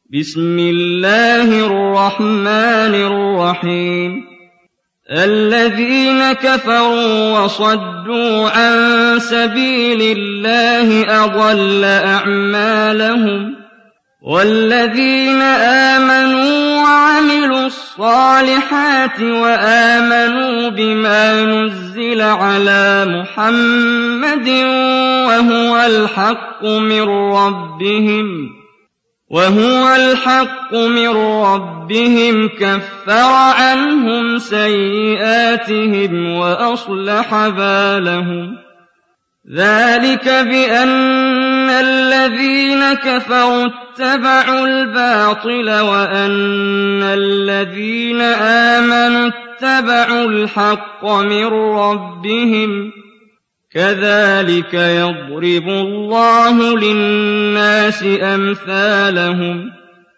بسم الله الرحمن الرحيم الذين كفروا وصدوا عن سبيل الله أضل أعمالهم والذين آمنوا وعملوا الصالحات وآمنوا بما نزل على محمد وهو الحق من ربهم كفر عنهم سيئاتهم وأصلح بالهم ذلك بأن الذين كفروا اتبعوا الباطل وأن الذين آمنوا اتبعوا الحق من ربهم كذلك يضرب الله للناس أمثالهم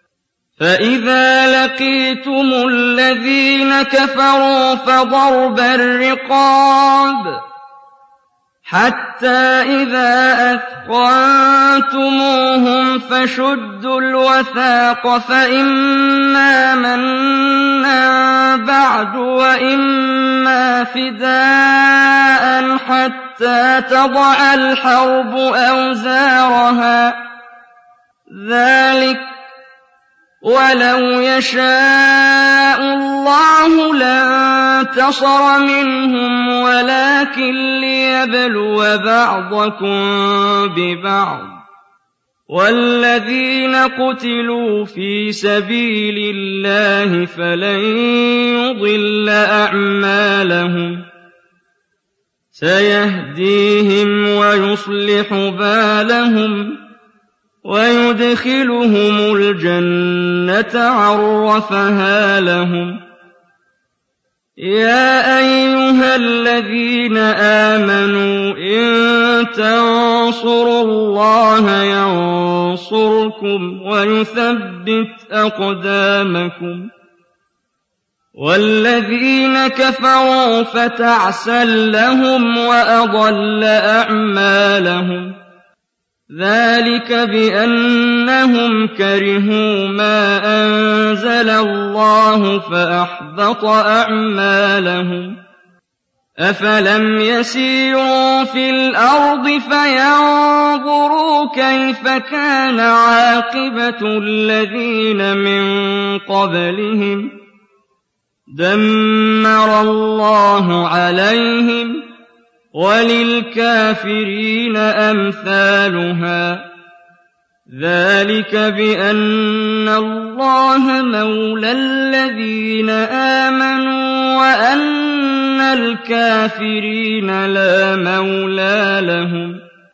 فإذا لقيتم الذين كفروا فضرب الرقاب حتى إذا أثخنتموهم فشدوا الوثاق فإما منا بعد وإما فداء حتى تضع الحرب أوزارها ذلك ولو يشاء الله لانتصر منهم ولكن ليبلو بعضكم ببعض والذين قتلوا في سبيل الله فلن يضل أعمالهم سيهديهم ويصلح بالهم ويدخلهم الجنة عرفها لهم يا أيها الذين آمنوا إن تنصروا الله ينصركم ويثبت أقدامكم والذين كفروا فتعسا لهم وأضل أعمالهم ذلك بأنهم كرهوا ما أنزل الله فأحبط أعمالهم أفلم يسيروا في الأرض فينظروا كيف كان عاقبة الذين من قبلهم دمر الله عليهم وللكافرين أمثالها ذلك بأن الله مولى الذين آمنوا وأن الكافرين لا مولى لهم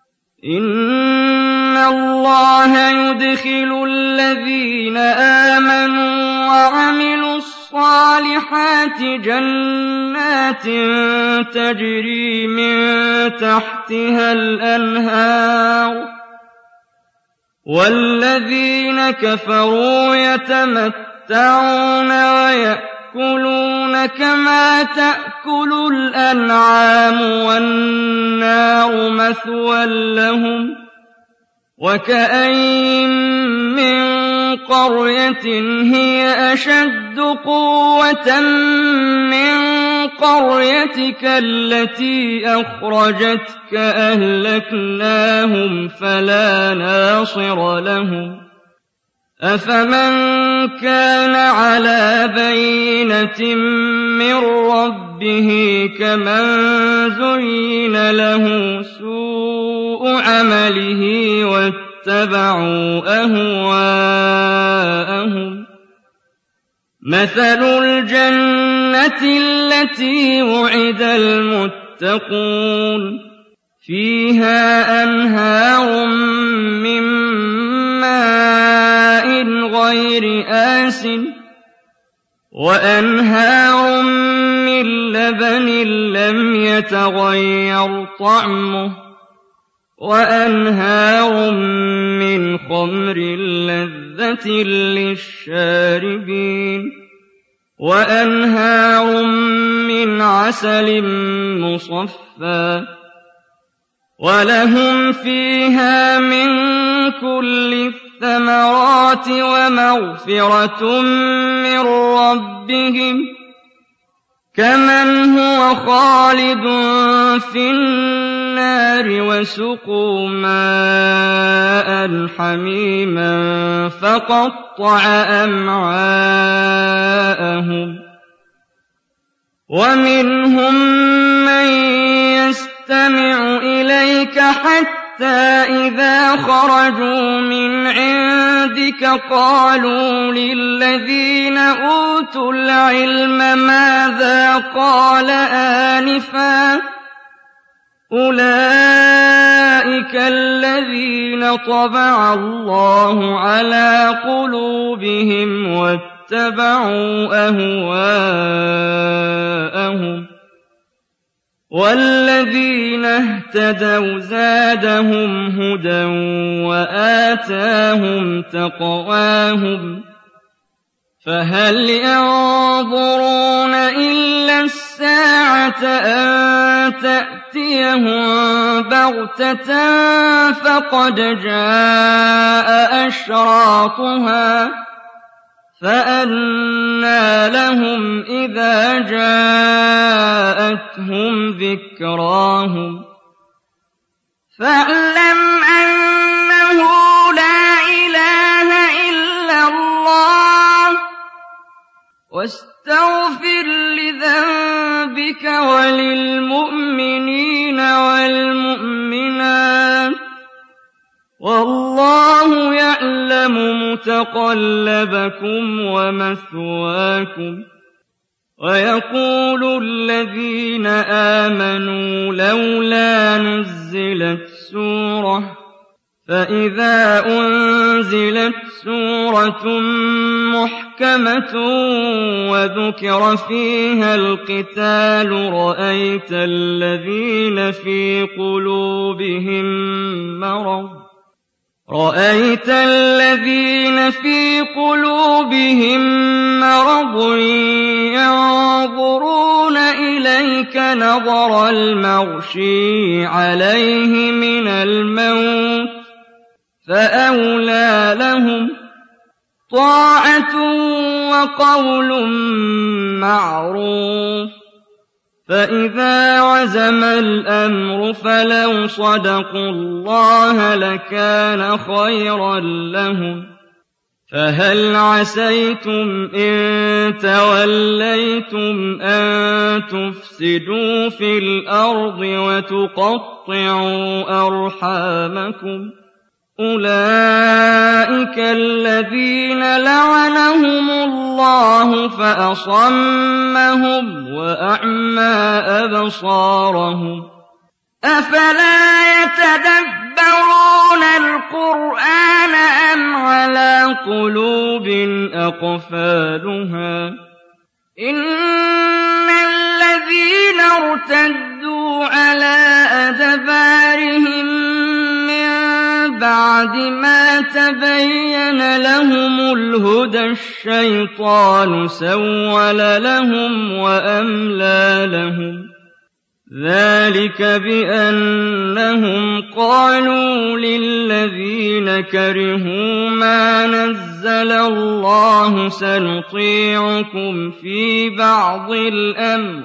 إن الله يدخل الذين آمنوا وعملوا الصالحات جنات تجري من تحتها الأنهار والذين كفروا يتمتعون ويأكلون كما تأكل الأنعام والنار مثوى لهم وكأين من قرية هي أشد قوة من قريتك التي أخرجتك أهلكناهم فلا ناصر لهم أفمن كان على بينة من ربه كمن زين له سوء عمله واتبعوا أهواءهم مثل الجنة التي وعد المتقون فيها أنهار من ماء غير آسٍ وأنهار من لبن لم يتغير طعمه وأنهار من خمر لذة للشاربين وأنهار من عسل مصفى ولهم فيها من كل الثمرات ومغفرة من ربهم كمن هو خالد في النار وسقوا ماء حميما فقطع أمعاءهم ومنهم من يستمع إليك حتى إذا خرجوا من عندك قالوا للذين أوتوا العلم ماذا قال آنفا أولئك الذين طبع الله على قلوبهم واتبعوا أهواءهم والذين اهتدوا زادهم هدى وآتاهم تقواهم فهل ينظرون إلا الساعة أن تأتيهم بغتة فقد جاء أشراطها فأنى لهم إذا جاءتهم ذكراهم فاعلم أنه لا إله إلا الله واستغفر لذنبك وللمؤمنين والمؤمنات والله يعلم متقلبكم ومثواكم ويقول الذين آمنوا لولا نزلت سورة فإذا أنزلت سورة محكمة وذكر فيها القتال رأيت الذين في قلوبهم مرض ينظرون إليك نظر المغشي عليه من الموت فأولى لهم طاعة وقول معروف فإذا عزم الأمر فلو صدقوا الله لكان خيرا لهم فهل عسيتم إن توليتم أن تفسدوا في الأرض وتقطعوا أرحامكم أولئك الذين لعنهم الله فأصمهم وأعمى أبصارهم أفلا يتدبرون القرآن أم على قلوب أقفالها إن الذين ارتدوا على أدبارهم بعد ما تبين لهم الهدى الشيطان سول لهم وأملى لهم ذلك بأنهم قالوا للذين كرهوا ما نزل الله سنطيعكم في بعض الأمر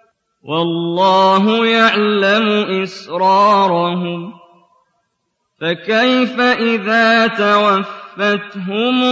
والله يعلم إسرارهم فكيف إذا توفتهم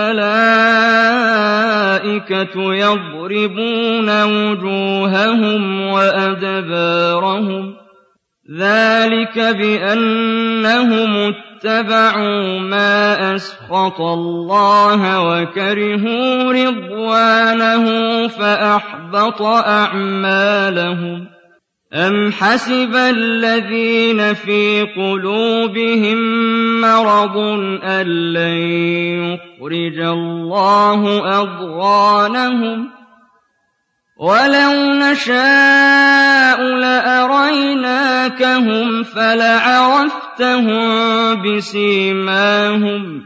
الملائكة يضربون وجوههم وأدبارهم ذلك بأنهم اتبعوا ما أسخط الله وكرهوا رضوانه فأحبط أعمالهم أم حسب الذين في قلوبهم مرض أن لن يخرج الله أضغانهم ولو نشاء لأريناكهم فلعرفتهم بسيماهم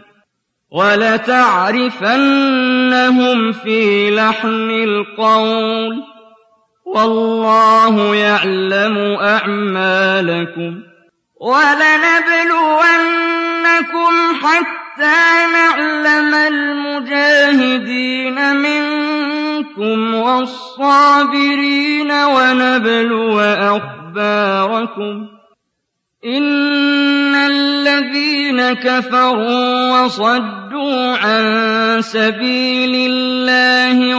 ولتعرفنهم في لحن القول والله يعلم أعمالكم ولنبلونكم حتى حَتَّىٰ نَعْلَمَ الْمُجَاهِدِينَ مِنكُمْ وَالصَّابِرِينَ وَنَبْلُوَ أَخْبَارَكُمْ ۚ إِنَّ الَّذِينَ كَفَرُوا وَصَدُّوا عَن سَبِيلِ اللَّهِ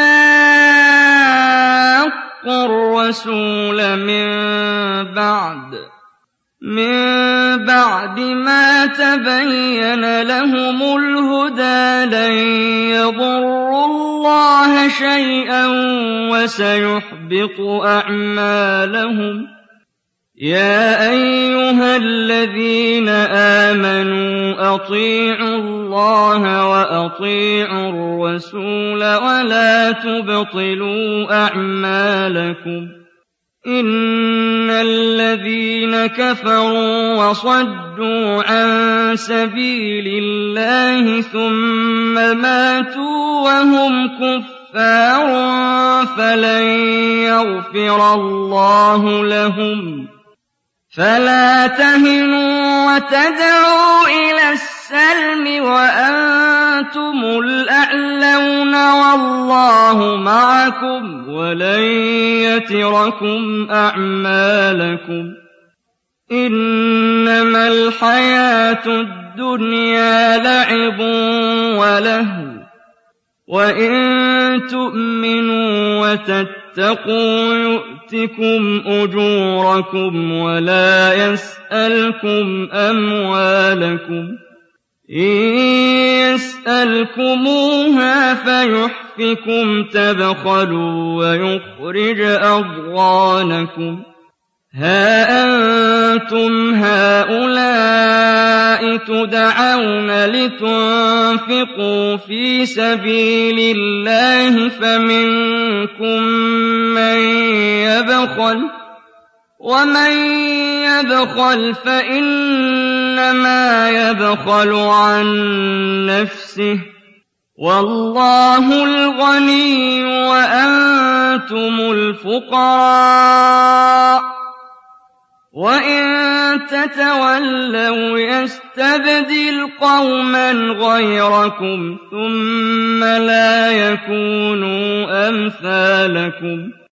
وَشَاقُّوا الرَّسُولَ من بعد ما تبين لهم الهدى لن يضروا الله شيئا وسيحبط أعمالهم. يا أيها الذين آمنوا أطيعوا الله وأطيعوا الرسول ولا تبطلوا أعمالكم. إن الذين كفروا وصدوا عن سبيل الله ثم ماتوا وهم كفار فلن يغفر الله لهم. فلا تهنوا وتدعوا إلى السلم وأنتم الأعلون والله معكم ولن يتركم أعمالكم. إنما الحياة الدنيا لعب ولهو وإن تؤمنوا وتتقوا يؤتكم أجوركم ولا يسألكم أموالكم. إن يسألكموها فيحفكم تبخلوا ويخرج أضغانكم. ها أنتم هؤلاء تدعون لتنفقوا في سبيل الله فمنكم من يبخل ومن يبخل فإنما يبخل عن نفسه والله الغني وأنتم الفقراء وإن تتولوا يستبدل قوما غيركم ثم لا يكونوا أمثالكم.